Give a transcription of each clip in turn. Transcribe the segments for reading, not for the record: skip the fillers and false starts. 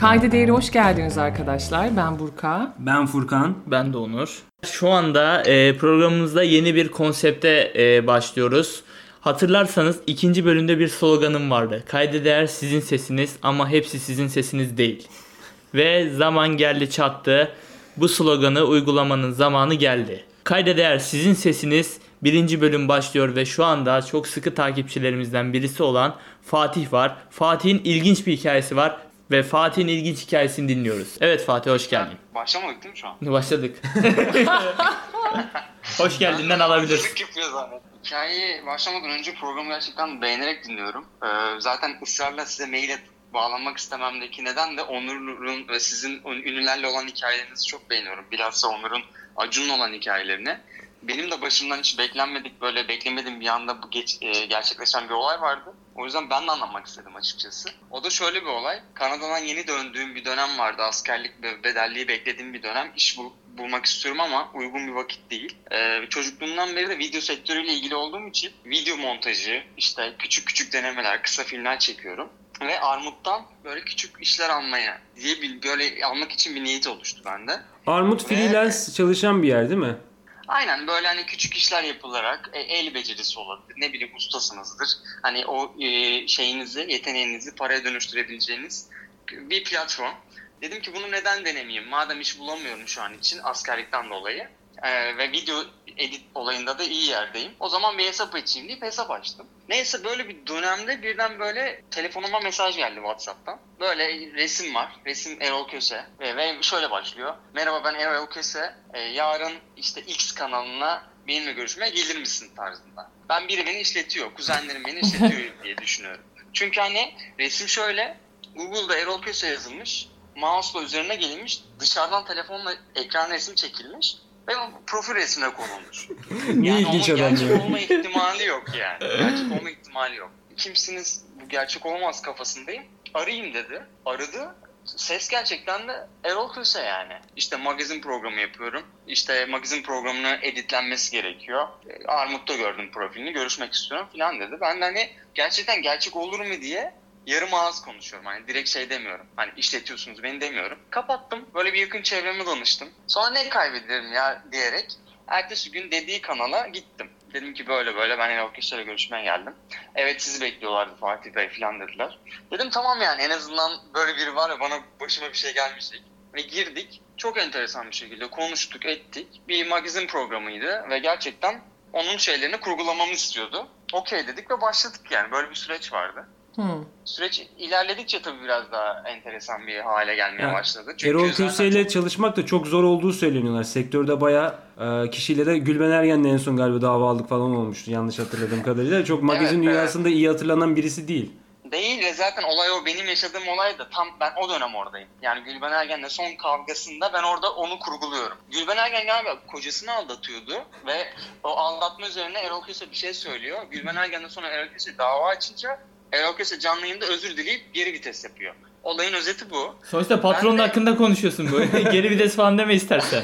Kayda Değer'e hoş geldiniz arkadaşlar. Ben Burka. Ben Furkan. Ben de Onur. Şu anda programımızda yeni bir konsepte başlıyoruz. Hatırlarsanız ikinci bölümde bir sloganım vardı. Kayda değer sizin sesiniz ama hepsi sizin sesiniz değil. Ve zaman geldi çattı. Bu sloganı uygulamanın zamanı geldi. Kayda değer sizin sesiniz. Birinci bölüm başlıyor ve şu anda çok sıkı takipçilerimizden birisi olan Fatih var. Fatih'in ilginç bir hikayesi var. Ve Fatih'in ilginç hikayesini dinliyoruz. Evet Fatih, hoş geldin. Başlamadık değil mi şu an? Başladık. Hoş geldinden alabilirsin. Hikayeyi başlamadan önce programı gerçekten beğenerek dinliyorum. Zaten ısrarla size mail atıp bağlanmak istememdeki neden de Onur'un ve sizin ünlülerle olan hikayelerinizi çok beğeniyorum. Bilhassa Onur'un Acun'la olan hikayelerini. Benim de başımdan hiç beklemediğim bir anda gerçekleşen bir olay vardı. O yüzden ben de anlatmak istedim açıkçası. O da şöyle bir olay. Kanada'dan yeni döndüğüm bir dönem vardı. Askerlik ve bedelliği beklediğim bir dönem. İş bulmak istiyorum ama uygun bir vakit değil. Çocukluğumdan beri de video sektörüyle ilgili olduğum için video montajı, işte küçük küçük denemeler, kısa filmler çekiyorum. Ve Armut'tan böyle küçük işler almak için bir niyet oluştu bende. Armut freelance çalışan bir yer değil mi? Aynen, böyle hani küçük işler yapılarak el becerisi olabilir, ne bileyim ustasınızdır. Hani o yeteneğinizi paraya dönüştürebileceğiniz bir platform. Dedim ki bunu neden denemeyeyim? Madem iş bulamıyorum şu an için askerlikten dolayı ve video edit olayında da iyi yerdeyim. O zaman bir hesap açayım deyip hesap açtım. Neyse, böyle bir dönemde birden böyle telefonuma mesaj geldi WhatsApp'tan. Böyle resim var. Resim Erol Köse. Ve şöyle başlıyor. Merhaba, ben Erol Köse. Yarın işte X kanalına benimle görüşmeye gelir misin tarzında. Biri beni işletiyor. Kuzenlerim beni işletiyor diye düşünüyorum. Çünkü hani resim şöyle. Google'da Erol Köse yazılmış. Mouse'la üzerine gelinmiş. Dışarıdan telefonla ekran resmi çekilmiş. Ve profil resmine konulmuş. Ne ilginç adam ya. Gerçek olma ihtimali yok yani. Gerçek olma ihtimali yok. Kimsiniz, bu gerçek olmaz kafasındayım. Arayayım dedi. Aradı. Ses gerçekten de Erol Köse yani. İşte magazin programı yapıyorum. İşte magazin programının editlenmesi gerekiyor. Armut'ta gördüm profilini, görüşmek istiyorum falan dedi. Ben de hani gerçekten gerçek olur mu diye yarım ağız konuşuyorum. Hani direkt demiyorum. Hani işletiyorsunuz beni demiyorum. Kapattım. Böyle bir yakın çevreme danıştım. Sonra ne kaybederim ya diyerek ertesi gün dediği kanala gittim. Dedim ki böyle ben Erol Köse'yle görüşmeye geldim. Evet, sizi bekliyorlardı Fatih Bey falan dediler. Dedim tamam, yani en azından böyle biri var ya, bana başıma bir şey gelmeyecek. Ve girdik. Çok enteresan bir şekilde konuştuk, ettik. Bir magazin programıydı ve gerçekten onun şeylerini kurgulamamı istiyordu. Okey dedik ve başladık yani. Böyle bir süreç vardı. Süreç ilerledikçe tabii biraz daha enteresan bir hale gelmeye başladı. Çünkü Erol Köse ile çalışmak da çok zor olduğu söyleniyorlar. Sektörde bayağı kişilere, Gülben Ergen'le en son galiba dava aldık falan olmuştu yanlış hatırladığım kadarıyla. Çok magazin dünyasında iyi hatırlanan birisi değil. Değil ve zaten olay o. Benim yaşadığım olay da tam ben o dönem oradayım. Yani Gülben Ergen'le son kavgasında ben orada onu kurguluyorum. Gülben Ergen galiba kocasını aldatıyordu ve o aldatma üzerine Erol Köse bir şey söylüyor. Gülben Ergen'den sonra Erol Köse dava açınca Erol Köse canlı yayında özür dileyip geri vites yapıyor. Olayın özeti bu. Sonuçta patronun hakkında konuşuyorsun böyle. Geri vites falan deme istersen.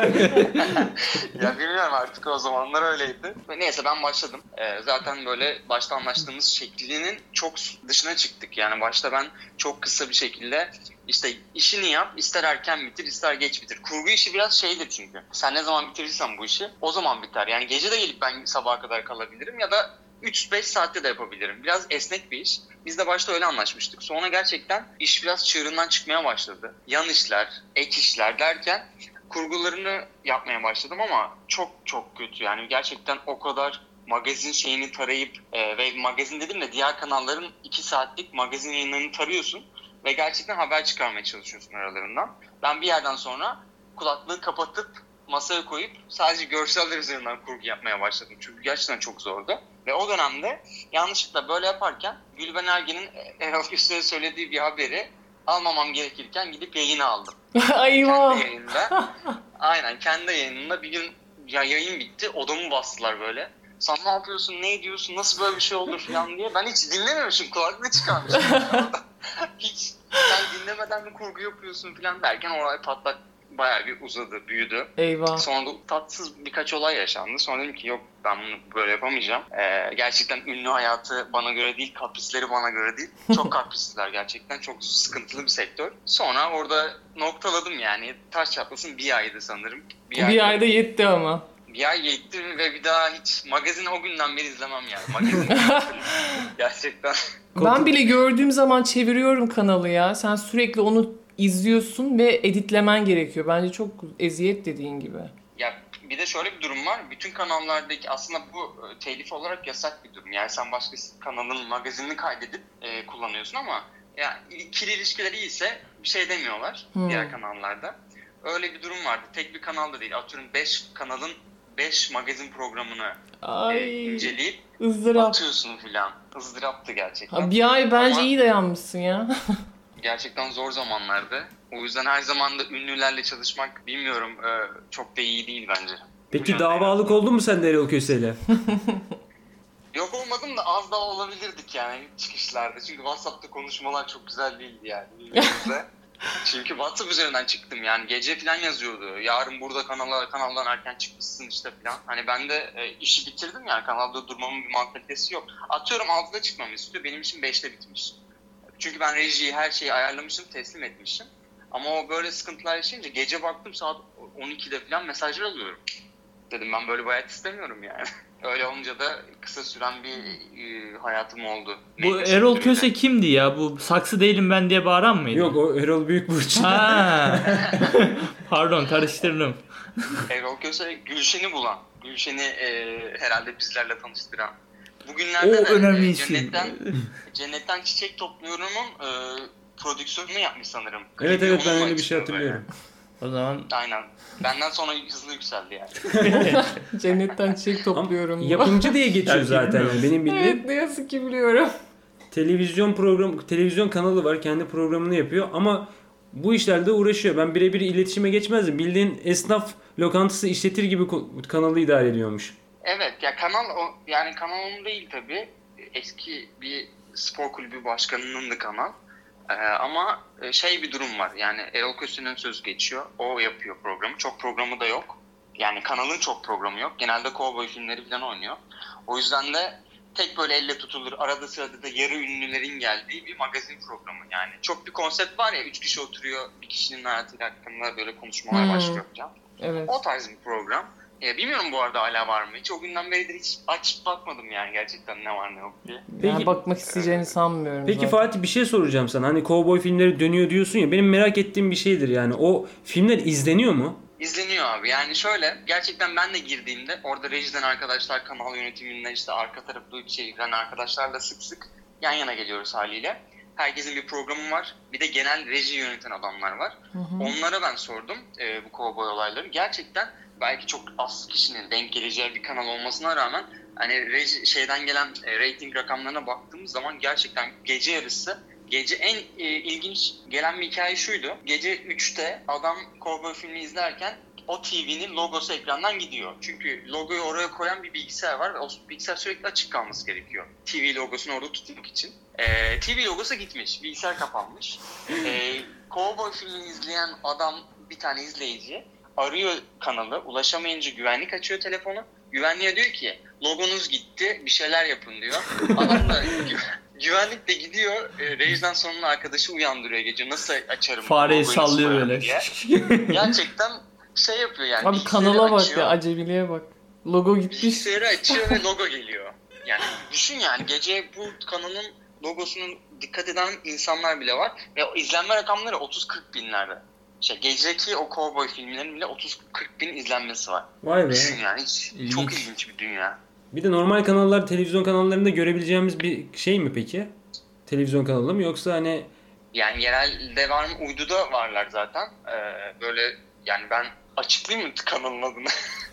Ya bilmiyorum, artık o zamanlar öyleydi. Neyse, ben başladım. Zaten böyle başta anlaştığımız şeklinin çok dışına çıktık. Yani başta ben çok kısa bir şekilde işte işini yap, ister erken bitir, ister geç bitir. Kurgu işi biraz şeydir çünkü. Sen ne zaman bitirirsen bu işi o zaman biter. Yani gece de gelip ben sabaha kadar kalabilirim ya da 3-5 saatte de yapabilirim. Biraz esnek bir iş. Biz de başta öyle anlaşmıştık. Sonra gerçekten iş biraz çığırından çıkmaya başladı. Yan işler, ek işler derken kurgularını yapmaya başladım ama çok çok kötü. Yani gerçekten o kadar magazin şeyini tarayıp ve magazin dedim de diğer kanalların 2 saatlik magazin yayınlarını tarıyorsun ve gerçekten haber çıkarmaya çalışıyorsun aralarından. Ben bir yerden sonra kulaklığı kapatıp masaya koyup sadece görseller üzerinden kurgu yapmaya başladım. Çünkü gerçekten çok zordu. Ve o dönemde yanlışlıkla böyle yaparken Gülben Ergen'in Erol Köse'ye söylediği bir haberi almamam gerekirken gidip yayına aldım. Eyvah! Kendi yayınında. Aynen, kendi yayınında bir gün yayın bitti. Odamı bastılar böyle. Sen ne yapıyorsun, ne ediyorsun, nasıl böyle bir şey olur falan diye. Ben hiç dinlememişim, kulaklığı çıkarmışım. Hiç sen dinlemeden mi kurgu yapıyorsun falan derken olay patlak bayağı bir uzadı, büyüdü. Eyvah. Sonra da tatsız birkaç olay yaşandı. Sonra dedim ki yok, ben bunu böyle yapamayacağım. Gerçekten ünlü hayatı bana göre değil, kaprisleri bana göre değil. Çok kaprisliler gerçekten. Çok sıkıntılı bir sektör. Sonra orada noktaladım yani. Taş çatlasın bir aydı sanırım. Bir ayda yetti ama. Bir ay yetti ve bir daha hiç magazini o günden beri izlemem yani. Magazin gerçekten. Ben bile gördüğüm zaman çeviriyorum kanalı ya. Sen sürekli onu izliyorsun ve editlemen gerekiyor. Bence çok eziyet dediğin gibi. Ya bir de şöyle bir durum var. Bütün kanallardaki aslında bu telif olarak yasak bir durum. Yani sen başka kanalın magazinini kaydedip kullanıyorsun ama yani ikili ilişkileri iyiyse bir şey demiyorlar diğer kanallarda. Öyle bir durum vardı. Tek bir kanalda değil. Atıyorum 5 kanalın 5 magazin programını inceleyip ızdırap atıyorsun filan. Izdıraptı gerçekten. Ha, bir ay bence ama iyi dayanmışsın ya. gerçekten zor zamanlardı. O yüzden her zaman da ünlülerle çalışmak bilmiyorum çok da iyi değil bence. Peki davalık oldun mu sen de Erol Köse'yle? Yok, olmadım da az daha olabilirdik yani çıkışlarda. Çünkü WhatsApp'ta konuşmalar çok güzel değildi yani birbirimize. Çünkü WhatsApp üzerinden çıktım yani gece falan yazıyordu. Yarın burada kanaldan erken çıkmışsın işte falan. Hani ben de işi bitirdim yani kanalda durmamın bir mantalitesi yok. Atıyorum 6'da çıkmamı istiyor, benim için 5'te bitmiş. Çünkü ben rejiyi her şeyi ayarlamışım, teslim etmişim. Ama o böyle sıkıntılar yaşayınca gece baktım saat 12'de falan mesajlar alıyorum. Dedim ben böyle bir hayat istemiyorum yani. Öyle olunca da kısa süren bir hayatım oldu. Bu Erol Köse kimdi ya? Bu saksı değilim ben diye bağıran mıydı? Yok, o Erol Büyükburç. Ha. Pardon, karıştırdım. Erol Köse Gülşen'i bulan. Gülşen'i herhalde bizlerle tanıştıran. Bugünlerde O önemli isim. Cennetten Çiçek Topluyorum'un prodüksiyonunu yapmış sanırım. Evet Klibi evet, ben onunla öyle bir şey çıktı hatırlıyorum. O zaman Aynen. Benden sonra hızlı yükseldi yani. Cennetten çiçek topluyorum. Yapımcı diye geçiyor Gerçi zaten bilmiyorum. yani. Benim bildiğim Evet, ne yazık ki biliyorum. televizyon kanalı var. Kendi programını yapıyor ama bu işlerde uğraşıyor. Ben birebir iletişime geçmezdim. Bildiğin esnaf lokantası işletir gibi kanalı idare ediyormuş. Evet ya yani kanal onun değil tabii. Eski bir spor kulübü başkanının da kanal. Ama bir durum var. Yani Erol Köse'nin sözü geçiyor. O yapıyor programı. Çok programı da yok. Yani kanalın çok programı yok. Genelde kovboy filmleri falan oynuyor. O yüzden de tek böyle elle tutulur. Arada sırada da yarı ünlülerin geldiği bir magazin programı. Yani çok bir konsept var ya, 3 kişi oturuyor. Bir kişinin hayatıyla hakkında böyle konuşmalar başlıyor falan. Evet. O tarz bir program. Bilmiyorum bu arada hala var mı? Hiç o günden beridir hiç açıp bakmadım yani gerçekten ne var ne yok diye. Yani bakmak isteyeceğini sanmıyorum Peki zaten. Fatih, bir şey soracağım sana. Hani kovboy filmleri dönüyor diyorsun ya. Benim merak ettiğim bir şeydir yani. O filmler izleniyor mu? İzleniyor abi. Yani şöyle, gerçekten ben de girdiğimde orada rejiden arkadaşlar, kanal yönetiminden işte arka tarafta içerikten arkadaşlarla sık sık yan yana geliyoruz haliyle. Herkesin bir programı var. Bir de genel reji yöneten adamlar var. Onlara ben sordum bu kovboy olayları. Gerçekten belki çok az kişinin denk geleceği bir kanal olmasına rağmen hani şeyden gelen rating rakamlarına baktığımız zaman gerçekten gece yarısı en ilginç gelen bir hikaye şuydu. Gece 3'te adam kovboy filmi izlerken o TV'nin logosu ekrandan gidiyor. Çünkü logoyu oraya koyan bir bilgisayar var ve o bilgisayar sürekli açık kalması gerekiyor. TV logosunu orada tutmak için. TV logosu gitmiş, bilgisayar kapanmış. Kovboy filmini izleyen adam, bir tane izleyici arıyor kanalı, ulaşamayınca güvenlik açıyor telefonu. Güvenliğe diyor ki logonuz gitti, bir şeyler yapın diyor. Adam da güvenlik de gidiyor, rejiden sonra arkadaşı uyandırıyor gece, nasıl açarım fareyi logoyu, sallıyor nasıl böyle. diye. Gerçekten yapıyor yani. Abi kanala bak ya, acemiliğe bak. Logo gitmiş. Bilgisayarı açıyor ve logo geliyor. Yani düşün yani, gece bu kanalın logosunun dikkat eden insanlar bile var. Ve o izlenme rakamları 30-40 binlerde. Geceki o kovboy filmlerinin bile 30-40 bin izlenmesi var. Vay be. Düşün yani, İlginç. çok ilginç bir dünya. Bir de normal kanallar, televizyon kanallarında görebileceğimiz bir şey mi peki? Televizyon kanalı mı, yoksa hani... Yani yerelde var mı? Uydu'da varlar zaten. Böyle yani, ben açıklayayım mı kanalın adını?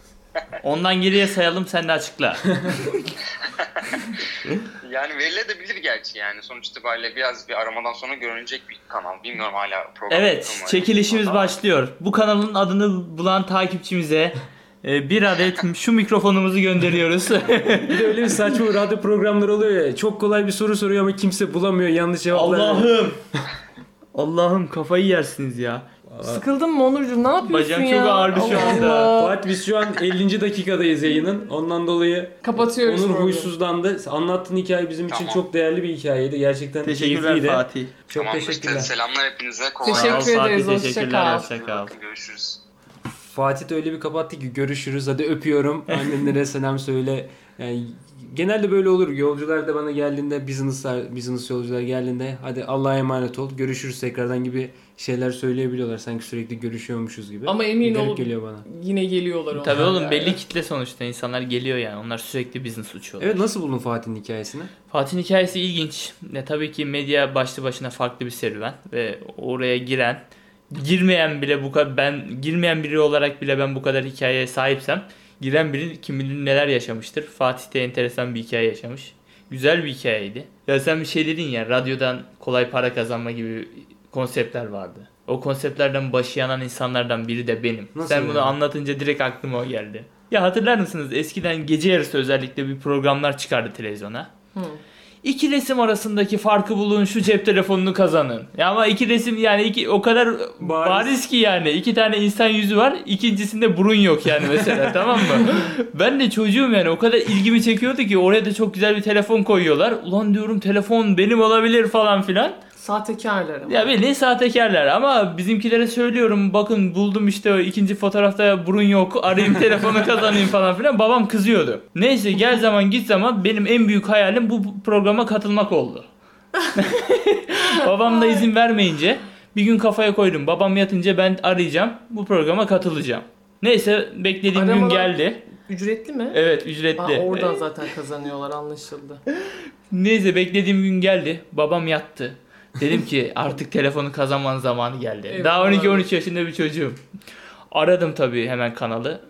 Ondan geriye sayalım, sen de açıkla. Yani verilebilir gerçi yani. Sonuç itibariyle biraz bir aramadan sonra görünecek bir kanal. Bilmiyorum hala program. Evet, çekilişimiz başlıyor. Bu kanalın adını bulan takipçimize bir adet şu mikrofonumuzu gönderiyoruz. Bir de öyle bir saçma radyo programları oluyor ya. Çok kolay bir soru soruyor ama kimse bulamıyor, yanlış cevaplar. Allah'ım kafayı yersiniz ya. Sıkıldın mı Onurcuğum? Ne yapıyorsun Bacağım ya? çok ağrıdı şu Allah anda. Allah. Fatih biz şu an 50. dakikadayız yayının. Ondan dolayı Kapatıyoruz Onur programı. huysuzlandı. Anlattığın hikaye bizim için Tamam. çok değerli bir hikayeydi. Gerçekten Teşekkürler keyifliydi. Fatih. Çok Tamamdır. teşekkürler. Selamlar hepinize. Kolay Teşekkür gelsin. Sağ ol ederiz, Fatih, hoşça teşekkürler. kal. Hoşça kal. Bakın, görüşürüz. Fatih de öyle bir kapattı ki görüşürüz. Hadi öpüyorum. Annenlere selam söyle. Yani genelde böyle olur. Yolcular da bana geldiğinde business yolcular geldiğinde hadi Allah'a emanet ol. Görüşürüz tekrardan gibi şeyler söyleyebiliyorlar. Sanki sürekli görüşüyormuşuz gibi. Ama emin Garip ol geliyor bana. yine geliyorlar onlar. Tabii oğlum yani. belli kitle sonuçta. İnsanlar geliyor yani. Onlar sürekli business uçuyorlar. Evet, nasıl buldun Fatih'in hikayesini? Fatih'in hikayesi ilginç. Tabii ki medya başlı başına farklı bir serüven ve oraya girmeyen bile girmeyen biri olarak bile ben bu kadar hikayeye sahipsem, giren biri kim bilir neler yaşamıştır. Fatih de enteresan bir hikaye yaşamış. Güzel bir hikayeydi. Ya sen bir şey dedin ya, radyodan kolay para kazanma gibi konseptler vardı. O konseptlerden başı yanan insanlardan biri de benim. Nasıl Sen yani? bunu anlatınca direkt aklıma o geldi. Ya hatırlar mısınız? Eskiden gece yarısı özellikle bir programlar çıkardı televizyona. İki resim arasındaki farkı bulun, şu cep telefonunu kazanın. Ya ama iki resim yani o kadar bariz ki yani. İki tane insan yüzü var. İkincisinde burun yok yani mesela, tamam mı? Ben de çocuğum yani, o kadar ilgimi çekiyordu ki oraya da çok güzel bir telefon koyuyorlar. Ulan diyorum, telefon benim olabilir falan filan. Sahtekarlar ama. Ya ne sahtekarlar ama bizimkilere söylüyorum, bakın buldum işte, o ikinci fotoğrafta burun yok, arayayım telefonu kazanayım falan filan. Babam kızıyordu. Neyse, gel zaman git zaman benim en büyük hayalim bu programa katılmak oldu. Babam da izin vermeyince bir gün kafaya koydum. Babam yatınca ben arayacağım, bu programa katılacağım. Neyse, beklediğim gün Aramalar geldi. Ücretli mi? Evet, ücretli. Oradan zaten kazanıyorlar, anlaşıldı. Neyse, beklediğim gün geldi. Babam yattı. Dedim ki artık telefonu kazanmanın zamanı geldi. Eyvallah. Daha 12-13 yaşında bir çocuğum. Aradım tabii hemen kanalı.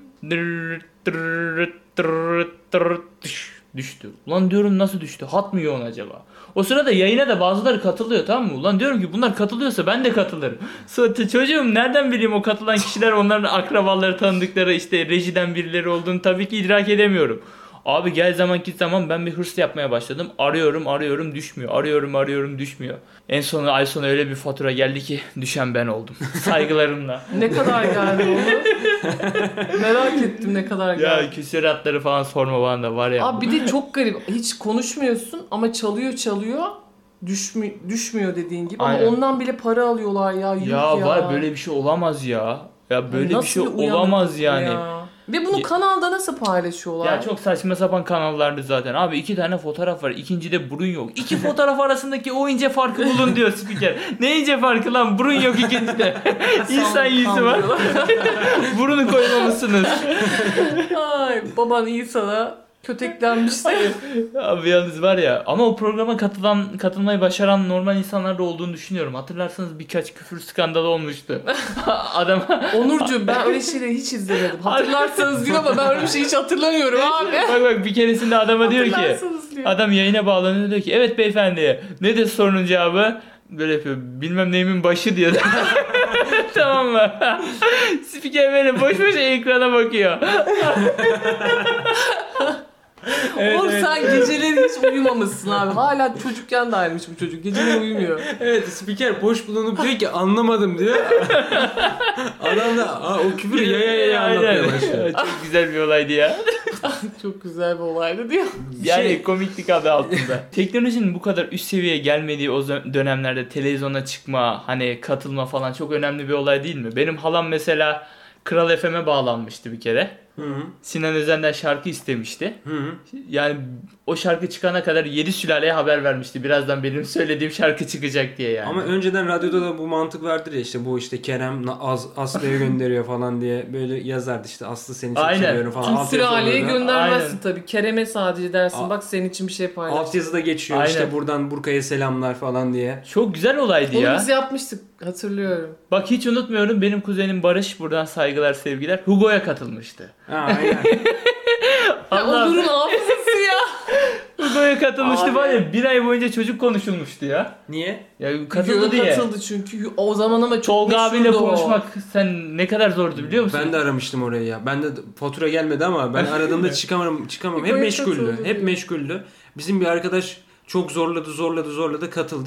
Düştü. Ulan diyorum, nasıl düştü? Hat mı yoğun acaba? O sırada yayına da bazıları katılıyor, tamam mı? Ulan diyorum ki bunlar katılıyorsa ben de katılırım. Çocuğum nereden bileyim o katılan kişiler onların akrabaları, tanıdıkları, işte rejiden birileri olduğunu tabii ki idrak edemiyorum. Abi gel zaman git zaman ben bir hırs yapmaya başladım. Arıyorum düşmüyor. Arıyorum düşmüyor. En sonunda ay sonu öyle bir fatura geldi ki düşen ben oldum. Saygılarımla. Ne kadar geldi onu? Merak ettim ne kadar geldi. Ya küsuratları falan sorma bana da var ya. Abi bir de çok garip. Hiç konuşmuyorsun ama çalıyor. Düşmüyor dediğin gibi. Aynen. Ama ondan bile para alıyorlar ya. Yuh Ya var, böyle bir şey olamaz ya. Ya böyle bir Nasıl şey uyanıklık olamaz yani. ya? Ve bunu kanalda nasıl paylaşıyorlar? Ya çok saçma sapan kanallardı zaten. Abi 2 tane fotoğraf var. İkincide burun yok. 2 fotoğraf arasındaki o ince farkı bulun diyor spiker. Ne ince farkı lan? Burun yok ikincide. İnsan yüzü var. Burunu koymamışsınız. Ay baban iyi sana köteklenmişse. Abi yalnız var ya, ama o programa katılmayı başaran normal insanlar da olduğunu düşünüyorum. Hatırlarsanız birkaç küfür skandalı olmuştu. Adama Onurcuğum, ben öyle şeyleri hiç izlemedim. Hatırlarsanız diyor ama ben öyle bir şey hiç hatırlamıyorum abi. bak bir keresinde adama diyor ki, Hatırlarsanız diyor. adam yayına bağlanıyor, diyor ki evet beyefendi, nedir sorunun cevabı? Böyle yapıyor, bilmem neyimin başı diyor. Tamam mı? Spiker böyle boş boş ekrana bakıyor. Oğlum sen geceleri hiç uyumamışsın abi. Hala çocukken de ayrılmış bu çocuk. Geceleri uyumuyor. Evet, spiker boş bulunup diyor ki anlamadım diyor. Adam da o küfürü ya anlatmaya Aynen. başlıyor. Çok güzel bir olaydı ya. Çok güzel bir olaydı diyor. Yani komiklik adı altında. Teknolojinin bu kadar üst seviyeye gelmediği o dönemlerde televizyona çıkma, hani katılma falan çok önemli bir olay değil mi? Benim halam mesela Kral FM'e bağlanmıştı bir kere. Hı-hı. Sinan Özen'den şarkı istemişti. Hı-hı. Yani o şarkı çıkana kadar 7 sülaleye haber vermişti. Birazdan benim söylediğim şarkı çıkacak diye yani. Ama önceden radyoda da bu mantık vardır ya, işte bu işte Kerem Aslı'ya gönderiyor falan diye böyle yazardı, işte Aslı seni çok Aynen. seviyorum falan. Tüm Altyazı sülaleye olurdu. göndermezsin Aynen. tabii. Kerem'e sadece dersin. Bak senin için bir şey paylaş. Altyazıda geçiyor Aynen. işte buradan Burka'ya selamlar falan diye. Çok güzel olaydı Onu ya. biz yapmıştık. Hatırlıyorum. Bak hiç unutmuyorum, benim kuzenim Barış, buradan saygılar sevgiler, Hugo'ya katılmıştı. Aynen. Ya Onur'un hafızası ya. Hugo'ya katılmıştı Abi. var ya, 1 ay boyunca çocuk konuşulmuştu ya. Niye? Ya katıldı Videoda diye. katıldı çünkü. O zaman ama çok Tolga abiyle meşhurdu o. konuşmak sen ne kadar zordu biliyor musun? Ben de aramıştım orayı ya. Ben de fatura gelmedi ama ben aradığımda çıkamam. Hep Yukarı meşguldü. katıldı Hep diyor. meşguldü. Bizim bir arkadaş çok zorladı katıldı.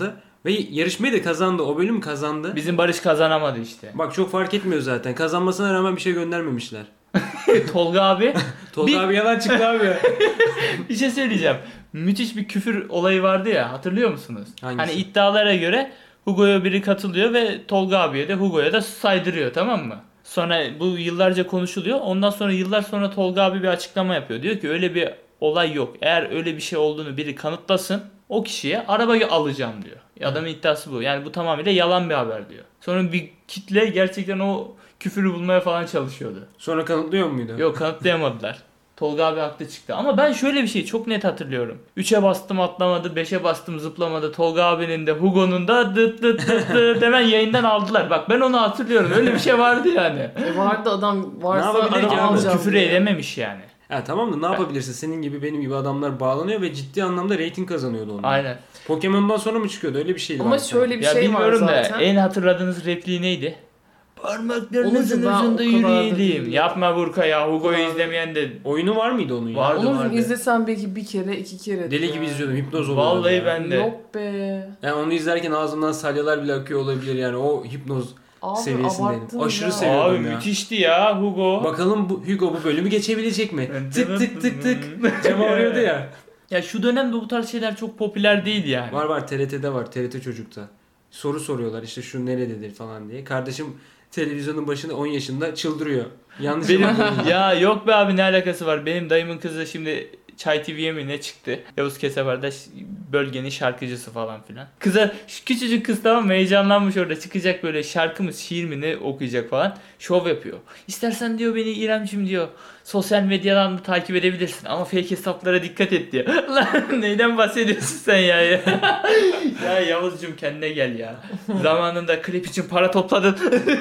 Ve yarışmayı da kazandı. O bölüm kazandı. Bizim Barış kazanamadı işte. Bak çok fark etmiyor zaten. Kazanmasına rağmen bir şey göndermemişler. Tolga abi. Tolga abi yalan çıktı abi. Bir şey söyleyeceğim. Müthiş bir küfür olayı vardı ya, hatırlıyor musunuz? Hangisi? Hani iddialara göre Hugo'ya biri katılıyor ve Tolga abiye de Hugo'ya da saydırıyor, tamam mı? Sonra bu yıllarca konuşuluyor. Ondan sonra yıllar sonra Tolga abi bir açıklama yapıyor. Diyor ki öyle bir olay yok. Eğer öyle bir şey olduğunu biri kanıtlasın, o kişiye arabayı alacağım diyor. Adamın iddiası bu. Yani bu tamamıyla yalan bir haber diyor. Sonra bir kitle gerçekten o küfürü bulmaya falan çalışıyordu. Sonra kanıtlıyor muydu? Yok, kanıtlayamadılar. Tolga abi haklı çıktı. Ama ben şöyle bir şeyi çok net hatırlıyorum. 3'e bastım atlamadı, 5'e bastım zıplamadı. Tolga abinin de Hugo'nun da dıt dıt dıt dıt hemen yayından aldılar. Bak ben onu hatırlıyorum. Öyle bir şey vardı yani. Vardı, adam varsa Ne yapabilir ki adam abi? alacağım Küfür diye. edememiş yani. Ha tamam da ne yapabilirsin? Senin gibi benim gibi adamlar bağlanıyor ve ciddi anlamda reyting kazanıyordu onlar. Aynen. Pokemon'dan sonra mı çıkıyordu? Öyle bir şeydi. Ama vardı. şöyle bir Ya şey var bilmiyorum da zaten. en hatırladığınız repliği neydi? Parmaklarınızın Onu ben ucunda o kadar da yürüyelim. değil. Yapma Burka ya. Hugo'yu kadar- izlemeyen de Oyunu var mıydı onun ya? Var. Onu vardı. izlesem belki bir kere, iki kere. Deli gibi izliyordum. Hipnoz oluyordum. vallahi ya. ben de. Yok be. Yani onu izlerken ağzımdan salyalar bile akıyor olabilir yani. O hipnoz Abi seviyesindeydim. abarttın Aşırı ya. seviyordum Abi ya. müthişti ya Hugo. Bakalım bu Hugo bu bölümü geçebilecek mi? Tık tık tık tık. Cama vuruyordu ya. Ya şu dönemde bu tarz şeyler çok popüler değil yani. Var TRT'de var. TRT Çocuk'ta. Soru soruyorlar işte şu nerededir falan diye. Kardeşim televizyonun başında 10 yaşında çıldırıyor. Yanlış Benim yapıyorum. ya yok be abi, ne alakası var? Benim dayımın kızı şimdi Çay TV'ye mi ne çıktı? Yavuz Kesebar'da bölgenin şarkıcısı falan filan. Kıza, şu küçücük kız tamam mı, heyecanlanmış, orada çıkacak böyle şarkı mı şiir mi ne okuyacak falan. Şov yapıyor. İstersen diyor beni İremcim diyor sosyal medyadan da takip edebilirsin ama fake hesaplara dikkat et diyor. Lan neyden bahsediyorsun sen ya? Ya Yavuzcum kendine gel ya. Zamanında klip için para topladın.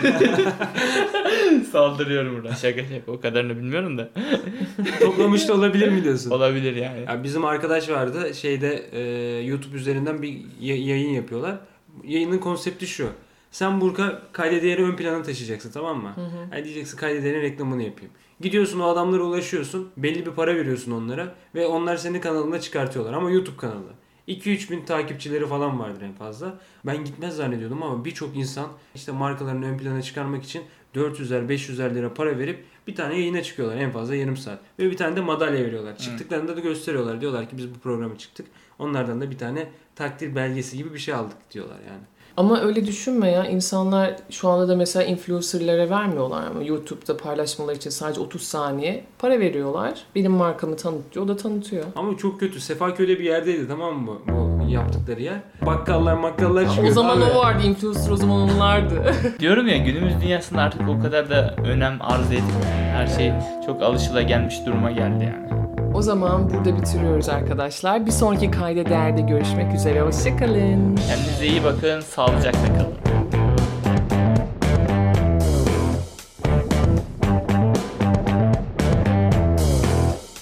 Saldırıyorum burada. Şaka o kadarını bilmiyorum da. Toplamış da olabilir mi diyorsun? Olabilir yani. Ya bizim arkadaş vardı şeyde YouTube üzerinden bir yayın yapıyorlar. Yayının konsepti şu. Sen Burka Kaydeder'i ön plana taşıyacaksın, tamam mı? Yani diyeceksin Kaydeder'in reklamını yapayım. Gidiyorsun o adamlara ulaşıyorsun. Belli bir para veriyorsun onlara. Ve onlar senin kanalına çıkartıyorlar ama YouTube kanalı. 2-3 bin takipçileri falan vardır en fazla. Ben gitmez zannediyordum ama birçok insan işte markalarını ön plana çıkarmak için 400'er 500'er lira para verip bir tane yayına çıkıyorlar en fazla yarım saat. Ve bir tane de madalya veriyorlar. Çıktıklarında da gösteriyorlar. Diyorlar ki biz bu programa çıktık. Onlardan da bir tane takdir belgesi gibi bir şey aldık diyorlar yani. Ama öyle düşünme ya. İnsanlar şu anda da mesela influencer'lara vermiyorlar ama YouTube'da paylaşmaları için sadece 30 saniye para veriyorlar. Benim markamı tanıt diyor, o da tanıtıyor. Ama çok kötü. Sefaköy'de bir yerdeydi, tamam mı? Bu yaptıkları yer. Bakkallar çıkıyor. O zaman abi. o vardı, influencer o zaman onlardı. Diyorum ya, günümüz dünyasında artık o kadar da önem arz etmiyor. Her şey çok alışılagelmiş duruma geldi yani. O zaman burada bitiriyoruz arkadaşlar. Bir sonraki kayda değerde görüşmek üzere. Hoşçakalın. Kendinize iyi bakın, sağlıcakla kalın.